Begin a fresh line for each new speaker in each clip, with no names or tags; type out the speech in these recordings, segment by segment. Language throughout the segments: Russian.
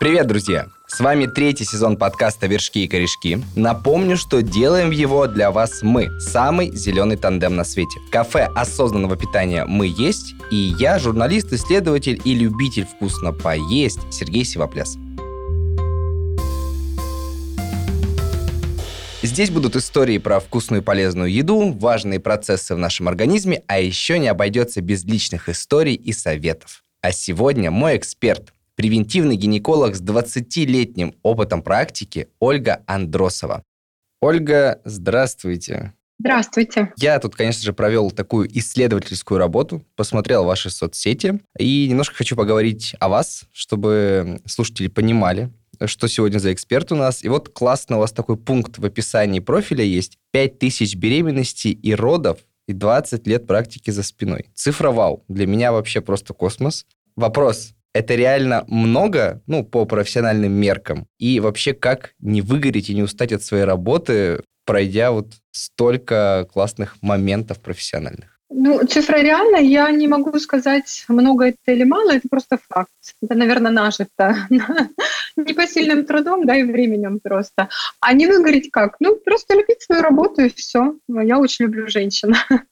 Привет, друзья! С вами третий сезон подкаста «Вершки и корешки». Напомню, что делаем его для вас мы, самый зеленый тандем на свете. Кафе осознанного питания «Мы есть» и я, журналист, исследователь и любитель вкусно поесть Сергей Сивопляс. Здесь будут истории про вкусную и полезную еду, важные процессы в нашем организме, а еще не обойдется без личных историй и советов. А сегодня мой эксперт – превентивный гинеколог с 20-летним опытом практики Ольга Андросова. Ольга, здравствуйте.
Здравствуйте.
Я тут, конечно же, провел такую исследовательскую работу, посмотрел ваши соцсети и немножко хочу поговорить о вас, чтобы слушатели понимали, что сегодня за эксперт у нас. И вот классно, у вас такой пункт в описании профиля есть. 5000 беременностей и родов и 20 лет практики за спиной. Цифра вау. Для меня вообще просто космос. Вопрос. Это реально много, по профессиональным меркам? И вообще, как не выгореть и не устать от своей работы, пройдя вот столько классных моментов профессиональных?
Цифра реальная. Я не могу сказать, много это или мало, это просто факт. Это, наверное, нажито непосильным трудом, и временем просто. А не выгореть как? Просто любить свою работу и все. Я очень люблю женщин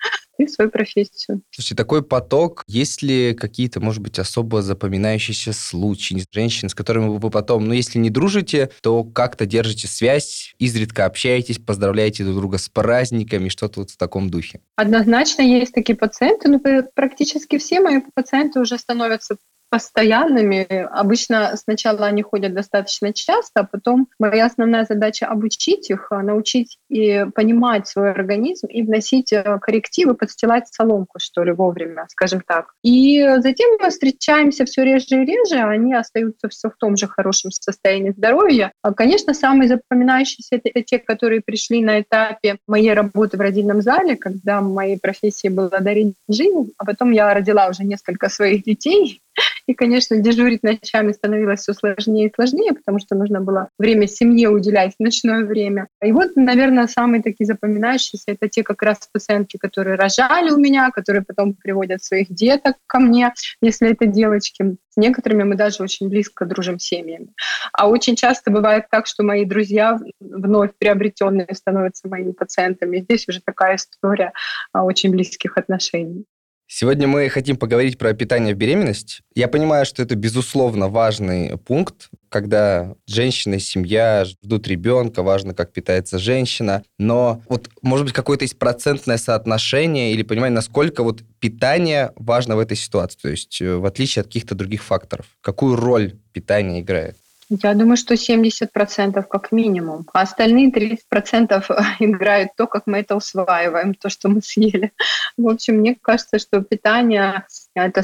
и свою профессию.
Слушайте, такой поток, есть ли какие-то, может быть, особо запоминающиеся случаи женщин, с которыми вы потом, если не дружите, то как-то держите связь, изредка общаетесь, поздравляете друг друга с праздниками, что-то вот в таком духе?
Однозначно есть такие пациенты, практически все мои пациенты уже становятся постоянными. Обычно сначала они ходят достаточно часто, а потом моя основная задача — обучить их, научить и понимать свой организм и вносить коррективы, подстилать соломку, вовремя, скажем так. И затем мы встречаемся все реже и реже, а они остаются все в том же хорошем состоянии здоровья. Конечно, самые запоминающиеся — это те, которые пришли на этапе моей работы в родильном зале, когда моей профессией было дарить жизнь, а потом я родила уже несколько своих детей. И, конечно, дежурить ночами становилось все сложнее и сложнее, потому что нужно было время семье уделять в ночное время. И вот, наверное, самые такие запоминающиеся — это те как раз пациентки, которые рожали у меня, которые потом приводят своих деток ко мне, если это девочки. С некоторыми мы даже очень близко дружим семьями. А очень часто бывает так, что мои друзья вновь приобретенные становятся моими пациентами. Здесь уже такая история очень близких отношений.
Сегодня мы хотим поговорить про питание в беременность. Я понимаю, что это, безусловно, важный пункт, когда женщина и семья ждут ребенка, важно, как питается женщина. Но может быть, какое-то есть процентное соотношение или понимание, насколько питание важно в этой ситуации, то есть в отличие от каких-то других факторов. Какую роль питание играет?
Я думаю, что 70% как минимум. А остальные 30% играют то, как мы это усваиваем, то, что мы съели. В общем, мне кажется, что питание — это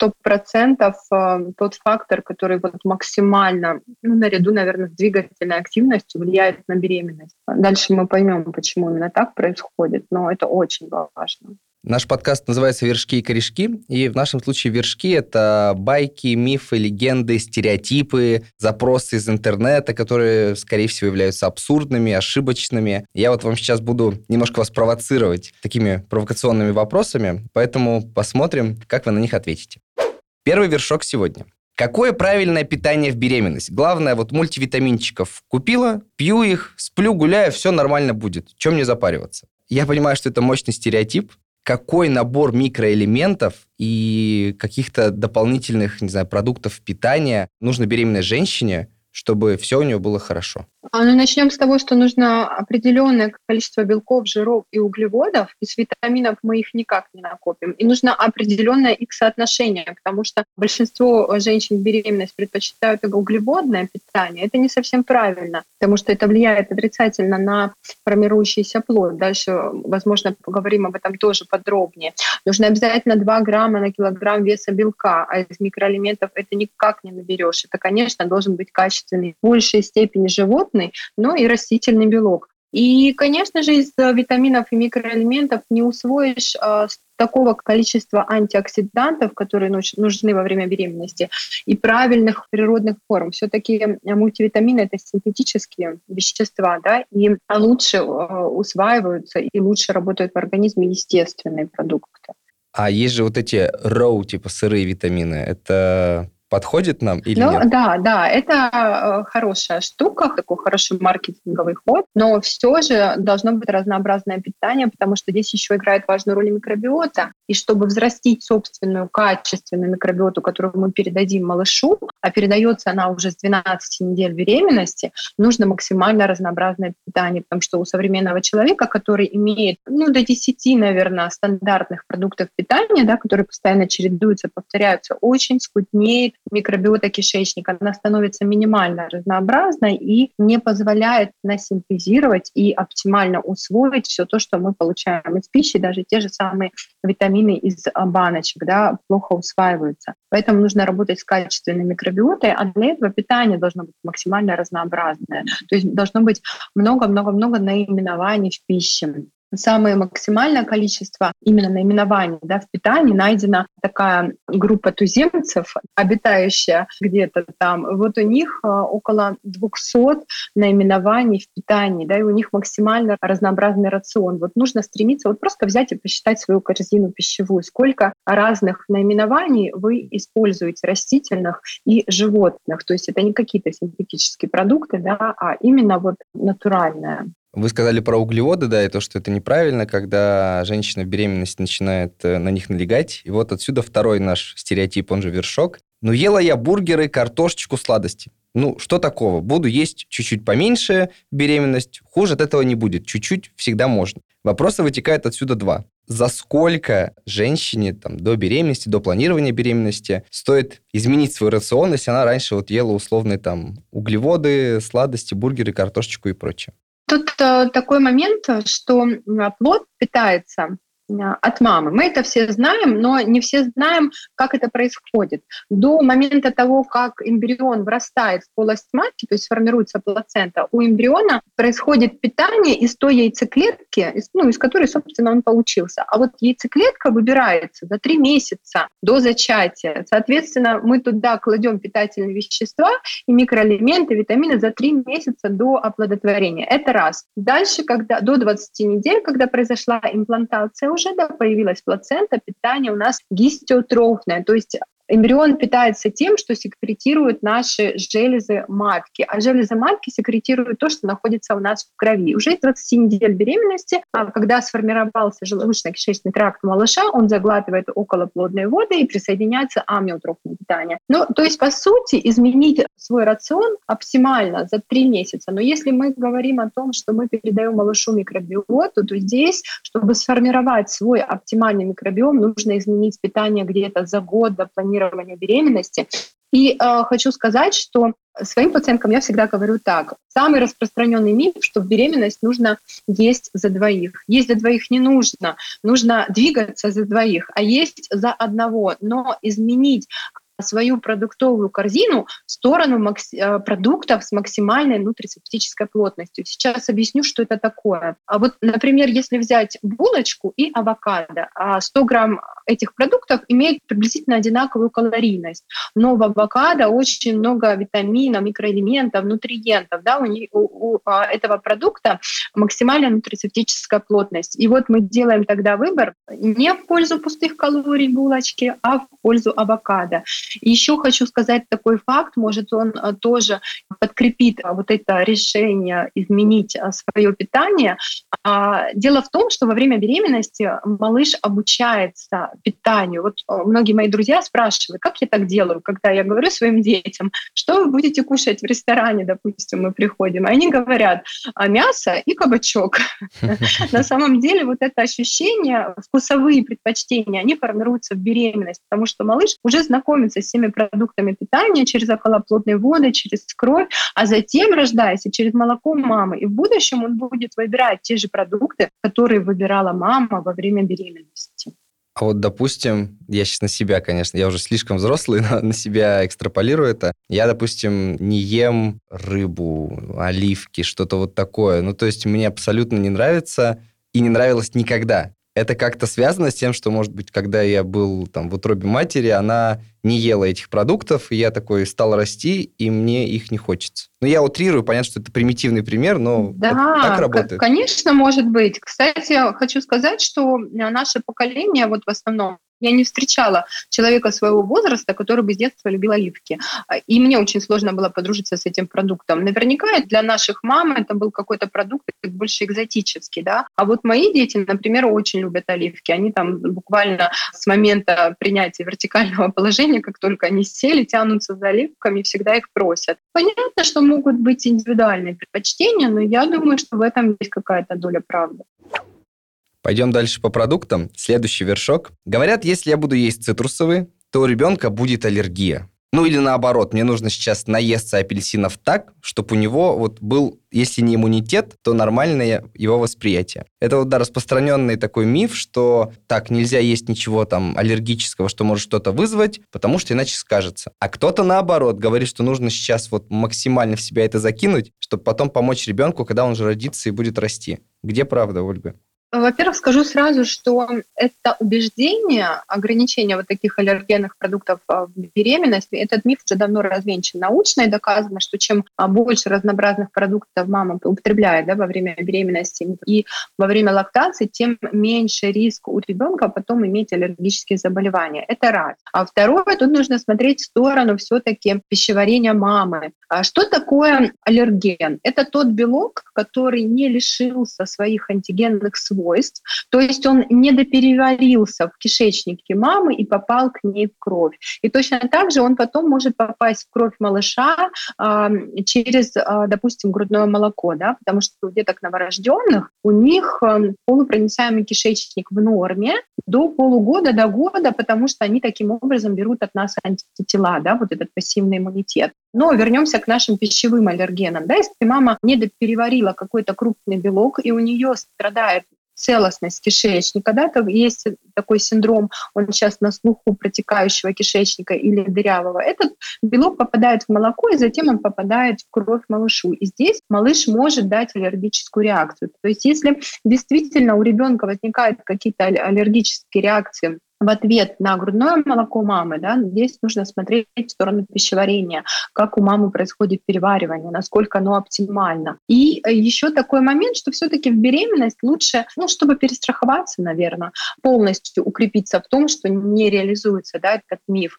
100% тот фактор, который максимально, наряду, наверное, с двигательной активностью влияет на беременность. Дальше мы поймем, почему именно так происходит, но это очень важно.
Наш подкаст называется «Вершки и корешки», и в нашем случае вершки – это байки, мифы, легенды, стереотипы, запросы из интернета, которые, скорее всего, являются абсурдными, ошибочными. Я вам сейчас буду немножко вас провоцировать такими провокационными вопросами, поэтому посмотрим, как вы на них ответите. Первый вершок сегодня. Какое правильное питание в беременность? Главное, мультивитаминчиков купила, пью их, сплю, гуляю, все нормально будет. Чем мне запариваться? Я понимаю, что это мощный стереотип. Какой набор микроэлементов и каких-то дополнительных, продуктов питания нужно беременной женщине, чтобы все у нее было хорошо?
Начнем с того, что нужно определенное количество белков, жиров и углеводов. Из витаминов мы их никак не накопим. И нужно определенное их соотношение, потому что большинство женщин в беременность предпочитают углеводное питание. Это не совсем правильно, потому что это влияет отрицательно на формирующийся плод. Дальше, возможно, поговорим об этом тоже подробнее. Нужно обязательно 2 грамма на килограмм веса белка, а из микроэлементов это никак не наберешь. Это, конечно, должен быть качественный в большей степени животный, но и растительный белок. И, конечно же, из витаминов и микроэлементов не усвоишь такого количества антиоксидантов, которые нужны во время беременности, и правильных природных форм. Все-таки мультивитамины — это синтетические вещества, и лучше усваиваются и лучше работают в организме естественные продукты.
А есть же эти raw, сырые витамины. Это подходит нам или
Ну,
нет?
да, это хорошая штука, такой хороший маркетинговый ход, но все же должно быть разнообразное питание, потому что здесь еще играет важную роль и микробиота. И чтобы взрастить собственную качественную микробиоту, которую мы передадим малышу, а передается она уже с 12 недель беременности, нужно максимально разнообразное питание, потому что у современного человека, который имеет до 10, наверное, стандартных продуктов питания, да, которые постоянно чередуются, повторяются, очень скуднеет микробиота кишечника. Она становится минимально разнообразной и не позволяет синтезировать и оптимально усвоить все то, что мы получаем из пищи, даже те же самые витамины из баночек, да, плохо усваиваются. Поэтому нужно работать с качественной микробиотой, а для этого питание должно быть максимально разнообразное. То есть должно быть много-много-много наименований в пище. Самое максимальное количество именно наименований, да, в питании найдена такая группа туземцев, обитающая где-то там. Вот у них около 200 наименований в питании, да, и у них максимально разнообразный рацион. Вот нужно стремиться вот просто взять и посчитать свою корзину пищевую, сколько разных наименований вы используете, растительных и животных. То есть это не какие-то синтетические продукты, да, а именно вот натуральное.
Вы сказали про углеводы, да, и то, что это неправильно, когда женщина в беременности начинает на них налегать. И вот отсюда второй наш стереотип, он же вершок. Ну, ела я бургеры, картошечку, сладости. Ну, что такого? Буду есть чуть-чуть поменьше беременность, хуже от этого не будет. Чуть-чуть всегда можно. Вопросы вытекают отсюда два. За сколько женщине до беременности, до планирования беременности стоит изменить свой рацион, если она раньше вот ела условные углеводы, сладости, бургеры, картошечку и прочее?
Тут такой момент, что плод питается от мамы. Мы это все знаем, но не все знаем, как это происходит. До момента того, как эмбрион вырастает в полость матки, то есть формируется плацента, у эмбриона происходит питание из той яйцеклетки, из которой, собственно, он получился. А вот яйцеклетка выбирается за 3 месяца до зачатия. Соответственно, мы туда кладем питательные вещества и микроэлементы, витамины за 3 месяца до оплодотворения. Это раз. Дальше, когда до 20 недель, когда произошла имплантация, уже появилась плацента, питание у нас гистиотрофное, то есть эмбрион питается тем, что секретируют наши железы матки, а железы матки секретируют то, что находится у нас в крови. Уже из 20 недель беременности, когда сформировался желудочно-кишечный тракт малыша, он заглатывает околоплодные воды и присоединяется амниотрофное питание. То есть, по сути, изменить свой рацион оптимально за 3 месяца. Но если мы говорим о том, что мы передаем малышу микробиоту, то здесь, чтобы сформировать свой оптимальный микробиом, нужно изменить питание где-то за год до планирования беременности. И хочу сказать, что своим пациенткам я всегда говорю так. Самый распространенный миф, что в беременность нужно есть за двоих. Есть за двоих не нужно. Нужно двигаться за двоих, а есть за одного. Но изменить свою продуктовую корзину в сторону продуктов с максимальной нутрицептической плотностью. Сейчас объясню, что это такое. А вот, например, если взять булочку и авокадо, 100 грамм этих продуктов имеют приблизительно одинаковую калорийность. Но в авокадо очень много витаминов, микроэлементов, нутриентов. Да, у этого продукта максимальная нутрицептическая плотность. И вот мы делаем тогда выбор не в пользу пустых калорий булочки, а в пользу авокадо. И еще хочу сказать такой факт, может, он тоже подкрепит вот это решение изменить свое питание. Дело в том, что во время беременности малыш обучается питанию. Вот многие мои друзья спрашивают, как я так делаю, когда я говорю своим детям, что вы будете кушать в ресторане, допустим, мы приходим, и они говорят, мясо и кабачок. На самом деле вот это ощущение, вкусовые предпочтения, они формируются в беременность, потому что малыш уже знакомится с всеми продуктами питания через околоплодные воды, через кровь, а затем, рождаясь, и через молоко мамы. И в будущем он будет выбирать те же продукты, которые выбирала мама во время беременности.
А вот, допустим, я сейчас на себя, конечно, я уже слишком взрослый, но на себя экстраполирую это. Я, допустим, не ем рыбу, оливки, что-то вот такое. То есть мне абсолютно не нравится и не нравилось никогда. Это как-то связано с тем, что, может быть, когда я был в утробе матери, она не ела этих продуктов, и я такой стал расти, и мне их не хочется. Я утрирую, понятно, что это примитивный пример, но
да,
это так работает.
Конечно, может быть. Кстати, хочу сказать, что наше поколение, вот в основном Я не встречала человека своего возраста, который бы с детства любил оливки. И мне очень сложно было подружиться с этим продуктом. Наверняка для наших мам это был какой-то продукт больше экзотический, да. А вот мои дети, например, очень любят оливки. Они там буквально с момента принятия вертикального положения, как только они сели, тянутся за оливками, всегда их просят. Понятно, что могут быть индивидуальные предпочтения, но я думаю, что в этом есть какая-то доля правды.
Пойдем дальше по продуктам. Следующий вершок. Говорят, если я буду есть цитрусовые, то у ребенка будет аллергия. Ну или наоборот, мне нужно сейчас наесться апельсинов так, чтобы у него вот был, если не иммунитет, то нормальное его восприятие. Это вот, да, распространенный такой миф, что так, нельзя есть ничего там аллергического, что может что-то вызвать, потому что иначе скажется. А кто-то наоборот говорит, что нужно сейчас вот максимально в себя это закинуть, чтобы потом помочь ребенку, когда он уже родится и будет расти. Где правда, Ольга?
Во-первых, скажу сразу, что это убеждение, ограничения вот таких аллергенных продуктов в беременности, этот миф уже давно развенчан научно и доказано, что чем больше разнообразных продуктов мама употребляет, да, во время беременности и во время лактации, тем меньше риск у ребенка потом иметь аллергические заболевания. Это раз. А второе, тут нужно смотреть в сторону все-таки пищеварения мамы. А что такое аллерген? Это тот белок, который не лишился своих антигенных свойств, то есть он не допереварился в кишечнике мамы и попал к ней в кровь. И точно так же он потом может попасть в кровь малыша через, допустим, грудное молоко, да, потому что у деток новорожденных у них полупроницаемый кишечник в норме до полугода, до года, потому что они таким образом берут от нас антитела, да, вот этот пассивный иммунитет. Но вернемся к нашим пищевым аллергенам. Да, если мама не допереварила какой-то крупный белок, и у нее страдает целостность кишечника, да, то есть такой синдром, он сейчас на слуху, протекающего кишечника или дырявого. Этот белок попадает в молоко, и затем он попадает в кровь малышу. И здесь малыш может дать аллергическую реакцию. То есть если действительно у ребенка возникают какие-то аллергические реакции в ответ на грудное молоко мамы, да, здесь нужно смотреть в сторону пищеварения, как у мамы происходит переваривание, насколько оно оптимально. И еще такой момент, что все-таки в беременность лучше, чтобы перестраховаться, наверное, полностью укрепиться в том, что не реализуется, да, этот миф.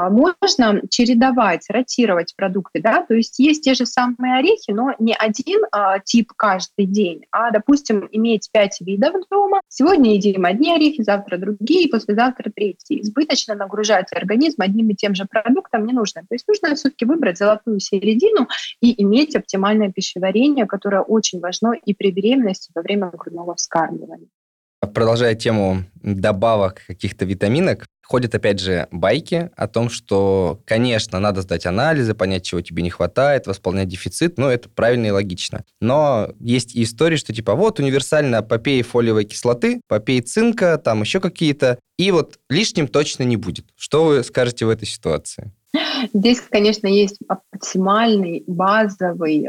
Можно чередовать, ротировать продукты, да, то есть есть те же самые орехи, но не один тип каждый день, а, допустим, иметь 5 видов дома. Сегодня едим одни орехи, завтра другие, послезавтра третий. Избыточно нагружать организм одним и тем же продуктом не нужно. То есть нужно все-таки выбрать золотую середину и иметь оптимальное пищеварение, которое очень важно и при беременности, во время грудного вскармливания.
Продолжая тему добавок каких-то витаминок, ходят опять же байки о том, что, конечно, надо сдать анализы, понять, чего тебе не хватает, восполнять дефицит, это правильно и логично. Но есть и истории, что типа вот универсально попей фолиевой кислоты, попей цинка, там еще какие-то, и вот лишним точно не будет. Что вы скажете в этой ситуации?
Здесь, конечно, есть оптимальный, базовый,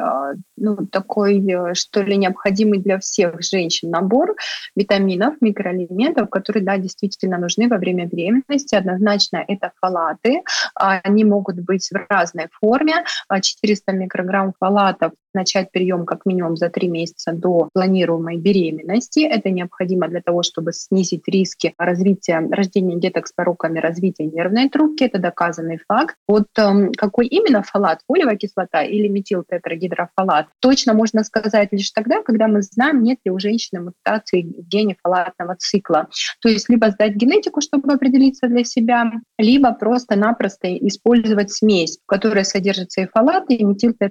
такой, что ли, необходимый для всех женщин набор витаминов, микроэлементов, которые, да, действительно нужны во время беременности. Однозначно это фолаты. Они могут быть в разной форме. 400 микрограмм фолатов начать прием как минимум за 3 месяца до планируемой беременности. Это необходимо для того, чтобы снизить риски рождения деток с пороками развития нервной трубки. Это доказанный факт. Вот какой именно фолат, фолиевая кислота или метилтетрагидрофолат, точно можно сказать лишь тогда, когда мы знаем, нет ли у женщины мутации в гене фолатного цикла. То есть либо сдать генетику, чтобы определиться для себя, либо просто-напросто использовать смесь, в которой содержится и фолат, и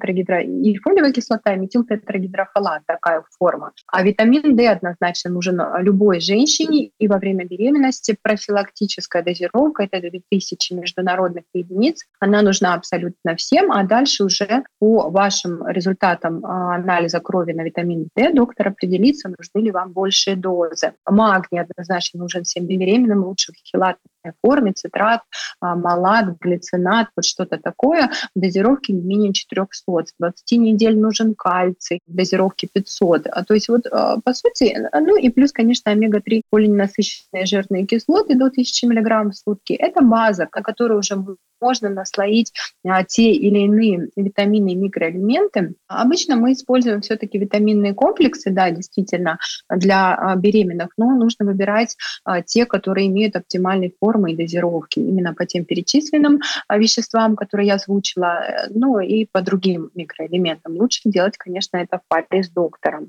и фолиевая кислота, и метилтетрагидрофолат, такая форма. А витамин D однозначно нужен любой женщине, и во время беременности профилактическая дозировка, это 2000 международных единиц, она нужна абсолютно всем, а дальше уже по вашим результатам анализа крови на витамин D доктор определится, нужны ли вам большие дозы. Магний однозначно нужен всем беременным, лучше в хелатной форме, цитрат, малат, глицинат, вот что-то такое, в дозировке не менее 400. С 20 недель нужен кальций, в дозировке 500. То есть вот по сути, и плюс, конечно, омега-3 полиненасыщенные жирные кислоты до 1000 мг в сутки. Это база, о которой уже можно наслоить те или иные витамины и микроэлементы. Обычно мы используем все-таки витаминные комплексы, да, действительно, для беременных, но нужно выбирать те, которые имеют оптимальные формы и дозировки именно по тем перечисленным веществам, которые я озвучила, ну и по другим микроэлементам. Лучше делать, конечно, это в паре с доктором.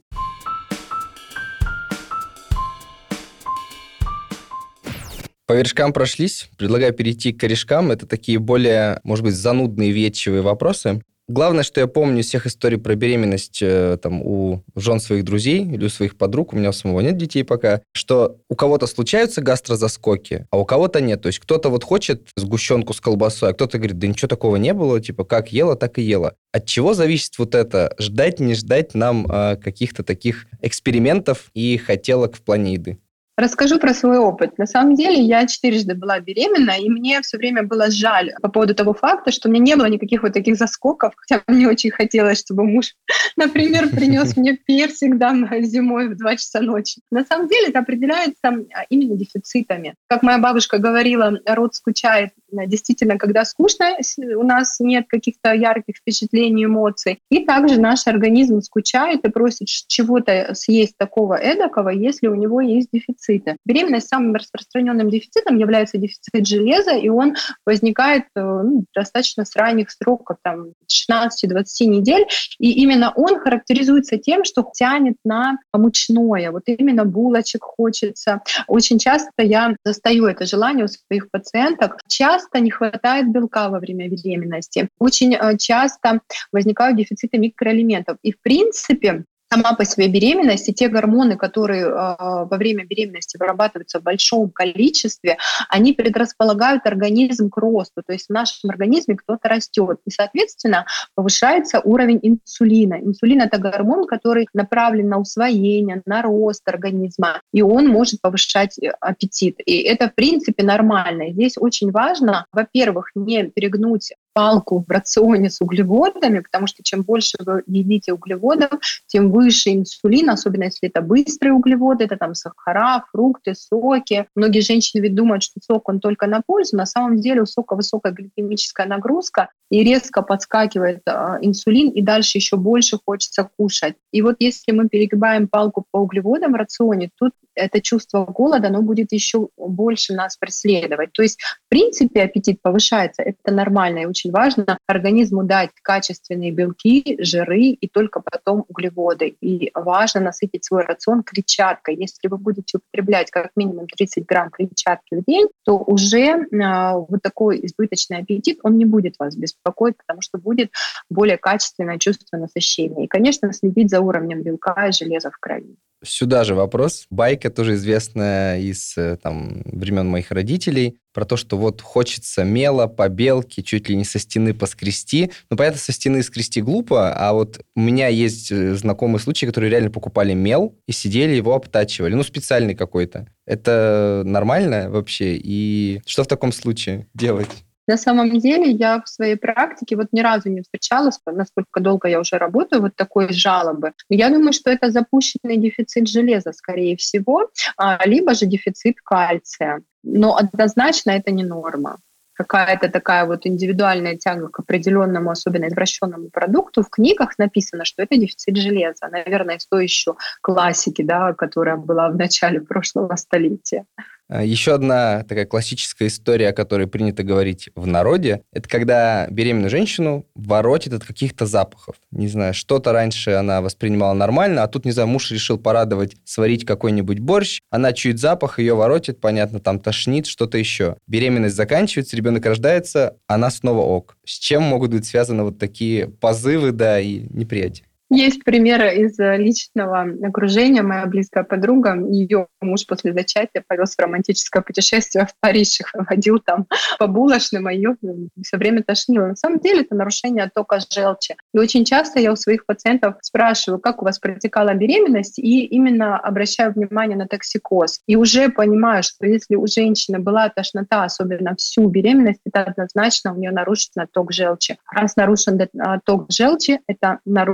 По вершкам прошлись. Предлагаю перейти к корешкам. Это такие более, может быть, занудные, ветчивые вопросы. Главное, что я помню из всех историй про беременность там, у жен своих друзей или у своих подруг, у меня у самого нет детей пока, что у кого-то случаются гастрозаскоки, а у кого-то нет. То есть кто-то вот хочет сгущенку с колбасой, а кто-то говорит, да ничего такого не было, типа как ела, так и ела. От чего зависит вот это? Ждать, не ждать нам каких-то таких экспериментов и хотелок в плане еды?
Расскажу про свой опыт. На самом деле я 4 была беременна, и мне все время было жаль по поводу того факта, что у меня не было никаких вот таких заскоков, хотя мне очень хотелось, чтобы муж, например, принес мне персик зимой в 2 часа ночи. На самом деле это определяется именно дефицитами. Как моя бабушка говорила, род скучает действительно, когда скучно, у нас нет каких-то ярких впечатлений, эмоций. И также наш организм скучает и просит чего-то съесть такого эдакого, если у него есть дефициты. Беременность самым распространенным дефицитом является дефицит железа, и он возникает достаточно с ранних сроков, там, 16-20 недель. И именно он характеризуется тем, что тянет на мучное. Вот именно булочек хочется. Очень часто я застаю это желание у своих пациенток. Часто не хватает белка во время беременности. Очень часто возникают дефициты микроэлементов. И в принципе, сама по себе беременность и те гормоны, которые во время беременности вырабатываются в большом количестве, они предрасполагают организм к росту. То есть в нашем организме кто-то растет. И, соответственно, повышается уровень инсулина. Инсулин — это гормон, который направлен на усвоение, на рост организма. И он может повышать аппетит. И это, в принципе, нормально. И здесь очень важно, во-первых, не перегнуть палку в рационе с углеводами, потому что чем больше вы едите углеводов, тем выше инсулин, особенно если это быстрые углеводы, это там сахара, фрукты, соки. Многие женщины ведь думают, что сок, он только на пользу. На самом деле у сока высокая гликемическая нагрузка, и резко подскакивает инсулин, и дальше еще больше хочется кушать. И вот если мы перегибаем палку по углеводам в рационе, тут это чувство голода, оно будет еще больше нас преследовать. То есть, в принципе, аппетит повышается, это нормально, и очень важно организму дать качественные белки, жиры и только потом углеводы. И важно насытить свой рацион клетчаткой. Если вы будете употреблять как минимум 30 грамм клетчатки в день, то уже вот такой избыточный аппетит, он не будет вас беспокоить, потому что будет более качественное чувство насыщения. И, конечно, следить за уровнем белка и железа в крови.
Сюда же вопрос. Байка тоже известная из времен моих родителей про то, что вот хочется мела, побелки, чуть ли не со стены поскрести. Ну, понятно, со стены скрести глупо, а вот у меня есть знакомые случаи, которые реально покупали мел и сидели его обтачивали. Ну, специальный какой-то. Это нормально вообще? И что в таком случае делать?
На самом деле я в своей практике вот ни разу не встречалась, насколько долго я уже работаю, вот такой жалобы. Но я думаю, что это запущенный дефицит железа, скорее всего, либо же дефицит кальция. Но однозначно это не норма. Какая-то такая вот индивидуальная тяга к определенному, особенно извращенному продукту. В книгах написано, что это дефицит железа. Наверное, из той еще классики, да, которая была в начале прошлого столетия.
Еще одна такая классическая история, о которой принято говорить в народе, это когда беременную женщину воротит от каких-то запахов. Не знаю, что-то раньше она воспринимала нормально, а тут, не знаю, муж решил порадовать, сварить какой-нибудь борщ, она чует запах, ее воротит, понятно, там тошнит, что-то еще. Беременность заканчивается, ребенок рождается, она снова ок. С чем могут быть связаны вот такие позывы, да, и неприятия?
Есть примеры из личного окружения. Моя близкая подруга, ее муж после зачатия повез в романтическое путешествие в Париж, водил там по булочным, а ее все время тошнило. На самом деле это нарушение оттока желчи. И очень часто я у своих пациентов спрашиваю, как у вас протекала беременность, и именно обращаю внимание на токсикоз. И уже понимаю, что если у женщины была тошнота, особенно всю беременность, это однозначно у нее нарушен отток желчи. Раз нарушен отток желчи, это нарушение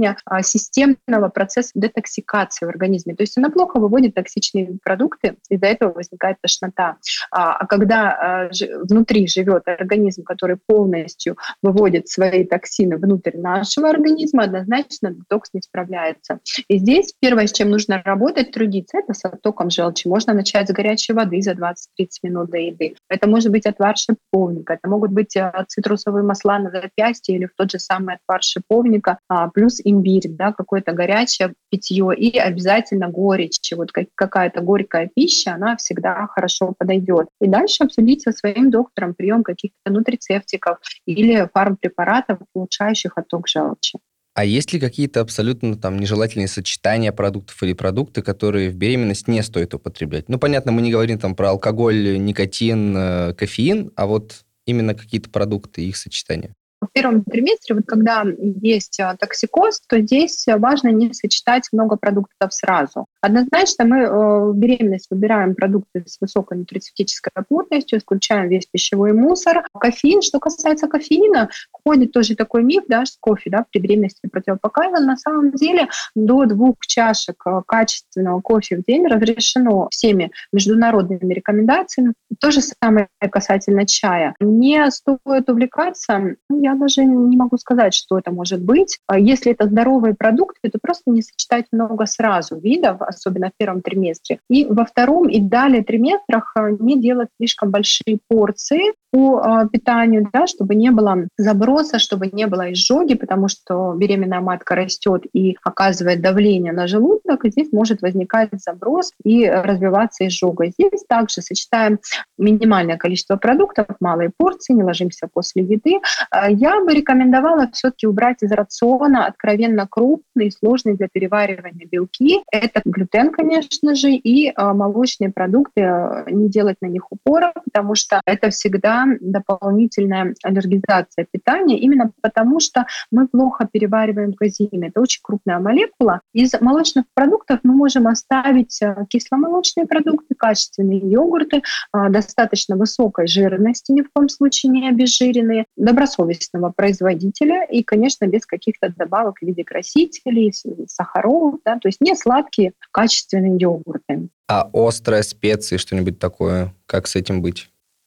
обеспечения системного процесса детоксикации в организме. То есть она плохо выводит токсичные продукты, из-за этого возникает тошнота. А когда внутри живет организм, который полностью выводит свои токсины внутрь нашего организма, однозначно детокс не справляется. И здесь первое, с чем нужно работать, трудиться, это с оттоком желчи. Можно начать с горячей воды за 20-30 минут до еды. Это может быть отвар шиповника, это могут быть цитрусовые масла на запястье или в тот же самый отвар шиповника, плюс имбирь, да, какое-то горячее питье и обязательно горечь. Вот какая-то горькая пища, она всегда хорошо подойдет. И дальше обсудить со своим доктором прием каких-то нутрицептиков или фармпрепаратов, улучшающих отток желчи.
А есть ли какие-то абсолютно там нежелательные сочетания продуктов или продукты, которые в беременность не стоит употреблять? Ну, понятно, мы не говорим там про алкоголь, никотин, кофеин, а вот именно какие-то продукты и их сочетания.
В первом триместре, вот когда есть токсикоз, то здесь важно не сочетать много продуктов сразу. Однозначно мы в беременность выбираем продукты с высокой нутрицептической плотностью, исключаем весь пищевой мусор. Кофеин, что касается кофеина, ходит тоже такой миф, да, что кофе, да, при беременности противопоказан. На самом деле до 2 чашек качественного кофе в день разрешено всеми международными рекомендациями. То же самое касательно чая. Не стоит увлекаться, я даже не могу сказать, что это может быть. Если это здоровые продукты, то просто не сочетать много сразу видов, особенно в первом триместре. И во втором и далее триместрах не делать слишком большие порции по питанию, да, чтобы не было заброса, чтобы не было изжоги, потому что беременная матка растет и оказывает давление на желудок, и здесь может возникать заброс и развиваться изжога. Здесь также сочетаем минимальное количество продуктов, малые порции, не ложимся после еды. Я бы рекомендовала все-таки убрать из рациона откровенно крупные, сложные для переваривания белки. Это глютен, конечно же, и молочные продукты, не делать на них упора, потому что это всегда дополнительная аллергизация питания, именно потому что мы плохо перевариваем казеин. Это очень крупная молекула. Из молочных продуктов мы можем оставить кисломолочные продукты, качественные йогурты, достаточно высокой жирности, ни в коем случае не обезжиренные, добросовестного производителя и, конечно, без каких-то добавок в виде красителей, сахаров, да, то есть не сладкие, качественные йогурты.
А острые специи, что-нибудь такое, как с этим быть?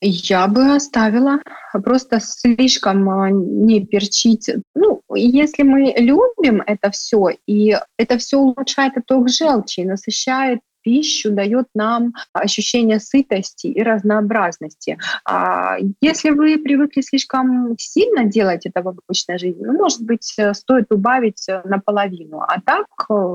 Я бы оставила, просто слишком не перчить. Ну, если мы любим это все, и это все улучшает отток желчи, насыщает пищу, дает нам ощущение сытости и разнообразности. Если вы привыкли слишком сильно делать это в обычной жизни, ну, может быть, стоит убавить наполовину. А так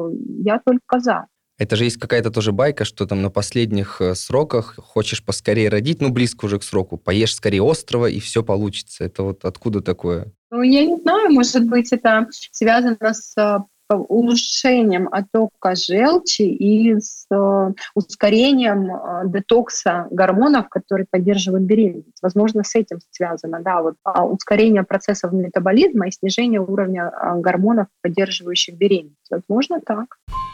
я только за.
Это же есть какая-то тоже байка, что там на последних сроках хочешь поскорее родить, ну, близко уже к сроку, поешь скорее острого, и все получится. Это вот откуда такое?
Ну, я не знаю, может быть, это связано с улучшением оттока желчи и с ускорением детокса гормонов, которые поддерживают беременность. Возможно, с этим связано, да, вот ускорение процессов метаболизма и снижение уровня гормонов, поддерживающих беременность. Возможно, так.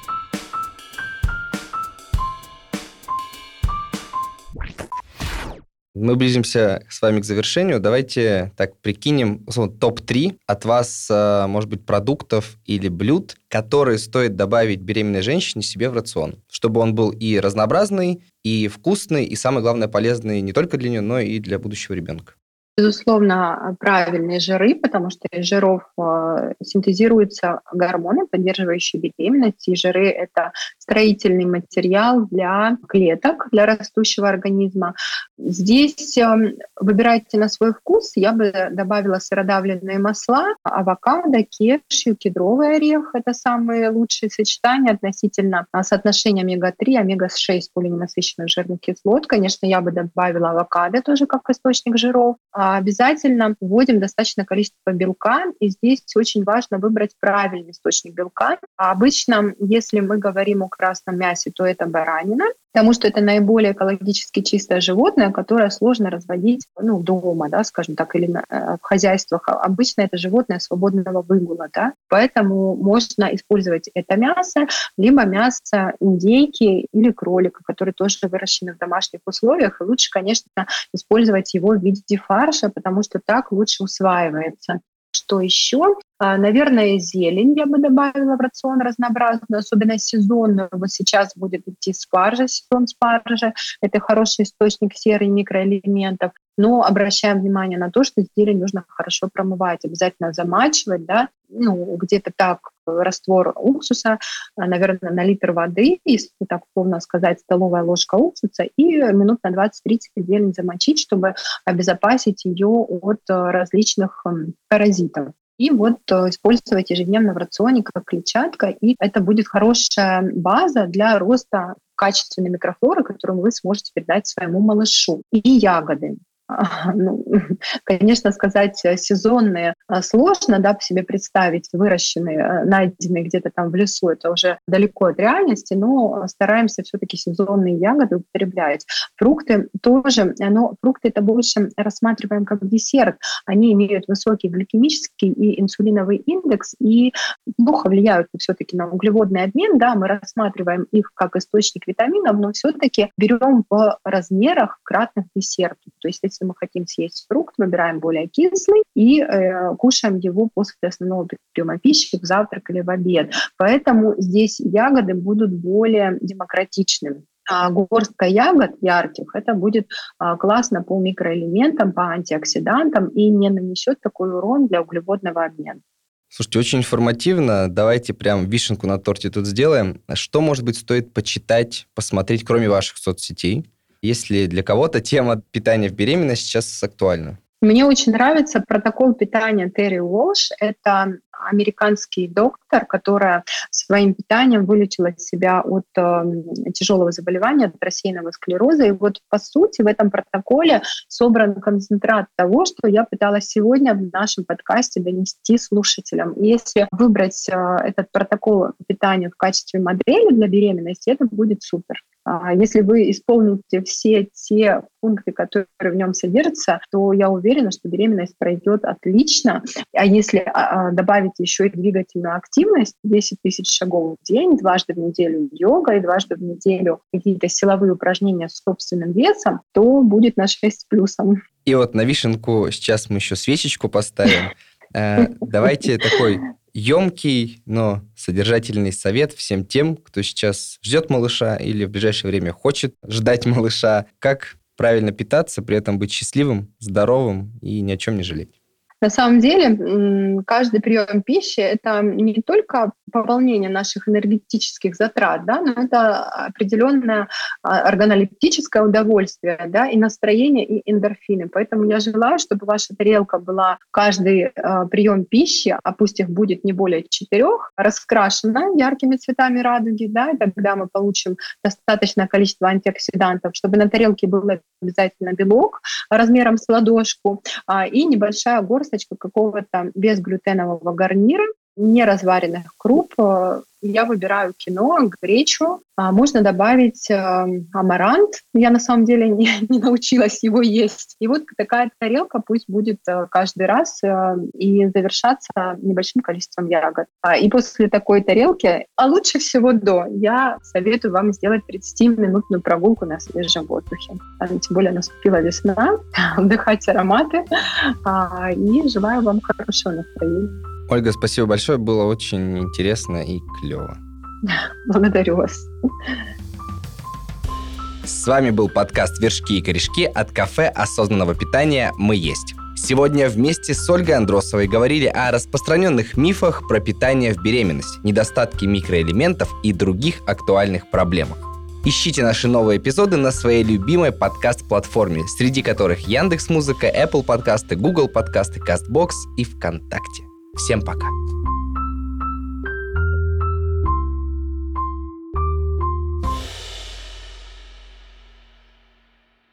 Мы близимся с вами к завершению. Давайте так прикинем топ-3 от вас, может быть, продуктов или блюд, которые стоит добавить беременной женщине себе в рацион, чтобы он был и разнообразный, и вкусный, и, самое главное, полезный не только для нее, но и для будущего ребенка.
Безусловно, правильные жиры, потому что из жиров синтезируются гормоны, поддерживающие беременность. И жиры — это строительный материал для клеток, для растущего организма. Здесь выбирайте на свой вкус. Я бы добавила сыродавленные масла, авокадо, кешью, кедровый орех. Это самые лучшие сочетания относительно соотношения омега-3, омега-6 полиненасыщенных жирных кислот. Конечно, я бы добавила авокадо тоже как источник жиров. Обязательно вводим достаточное количество белка, и здесь очень важно выбрать правильный источник белка. Обычно, если мы говорим о красном мясе, то это баранина, потому что это наиболее экологически чистое животное, которое сложно разводить дома, да, скажем так, или в хозяйствах. Обычно это животное свободного выгула. Да? Поэтому можно использовать это мясо, либо мясо индейки или кролика, которые тоже выращены в домашних условиях. И лучше, конечно, использовать его в виде фарша, потому что так лучше усваивается. Что еще? Наверное, зелень я бы добавила в рацион разнообразную, особенно сезонную. Вот сейчас будет идти спаржа, сезон спаржи. Это хороший источник серы и микроэлементов. Но обращаем внимание на то, что зелень нужно хорошо промывать, обязательно замачивать, да, где-то так раствор уксуса, наверное, на литр воды, если так условно сказать, столовая ложка уксуса, и минут на 20-30 зелень замочить, чтобы обезопасить ее от различных паразитов. И вот использовать ежедневно в рационе как клетчатка, и это будет хорошая база для роста качественной микрофлоры, которую вы сможете передать своему малышу. И ягоды. Конечно, сказать сезонные сложно, да, себе представить, выращенные, найденные где-то там в лесу, это уже далеко от реальности, но стараемся все-таки сезонные ягоды употреблять. Фрукты тоже, но фрукты это больше рассматриваем как десерт. Они имеют высокий гликемический и инсулиновый индекс и плохо влияют все-таки на углеводный обмен, да, мы рассматриваем их как источник витаминов, но все-таки берем в размерах кратных десертов. То есть если мы хотим съесть фрукт, выбираем более кислый и кушаем его после основного приема пищи в завтрак или в обед. Поэтому здесь ягоды будут более демократичными. А горстка ягод ярких, это будет классно по микроэлементам, по антиоксидантам и не нанесет такой урон для углеводного обмена.
Слушайте, очень информативно. Давайте прям вишенку на торте тут сделаем. Что, может быть, стоит почитать, посмотреть, кроме ваших соцсетей, если для кого-то тема питания в беременность сейчас актуальна?
Мне очень нравится протокол питания Терри Уолш. Это американский доктор, которая своим питанием вылечила себя от тяжелого заболевания, от рассеянного склероза. И вот, по сути, в этом протоколе собран концентрат того, что я пыталась сегодня в нашем подкасте донести слушателям. И если выбрать этот протокол питания в качестве модели для беременности, это будет супер. Если вы исполните все те пункты, которые в нем содержатся, то я уверена, что беременность пройдет отлично. А если добавить еще и двигательную активность, 10 тысяч шагов в день, дважды в неделю йога и дважды в неделю какие-то силовые упражнения с собственным весом, то будет на 6 с плюсом.
И вот на вишенку сейчас мы еще свечечку поставим. Давайте такой емкий, но содержательный совет всем тем, кто сейчас ждет малыша или в ближайшее время хочет ждать малыша. Как правильно питаться, при этом быть счастливым, здоровым и ни о чем не жалеть.
На самом деле, каждый прием пищи – это не только пополнение наших энергетических затрат, да, но это определенное органолептическое удовольствие, да, и настроение, и эндорфины. Поэтому я желаю, чтобы ваша тарелка была каждый прием пищи, а пусть их будет не более 4, раскрашена яркими цветами радуги, да, и тогда мы получим достаточное количество антиоксидантов, чтобы на тарелке был обязательно белок размером с ладошку и небольшая горсточка какого-то безглютенового гарнира, неразваренных круп. Я выбираю киноа, гречу. Можно добавить амарант. Я на самом деле не научилась его есть. И вот такая тарелка пусть будет каждый раз и завершаться небольшим количеством ягод. И после такой тарелки, а лучше всего до, я советую вам сделать 30-минутную прогулку на свежем воздухе. Тем более наступила весна, вдыхать ароматы. И желаю вам хорошего настроения.
Ольга, спасибо большое, было очень интересно и клево.
Благодарю вас.
С вами был подкаст «Вершки и корешки» от кафе осознанного питания «Мы есть». Сегодня вместе с Ольгой Андросовой говорили о распространенных мифах про питание в беременность, недостатке микроэлементов и других актуальных проблемах. Ищите наши новые эпизоды на своей любимой подкаст-платформе, среди которых Яндекс.Музыка, Apple подкасты, Google подкасты, Castbox и ВКонтакте. Всем пока!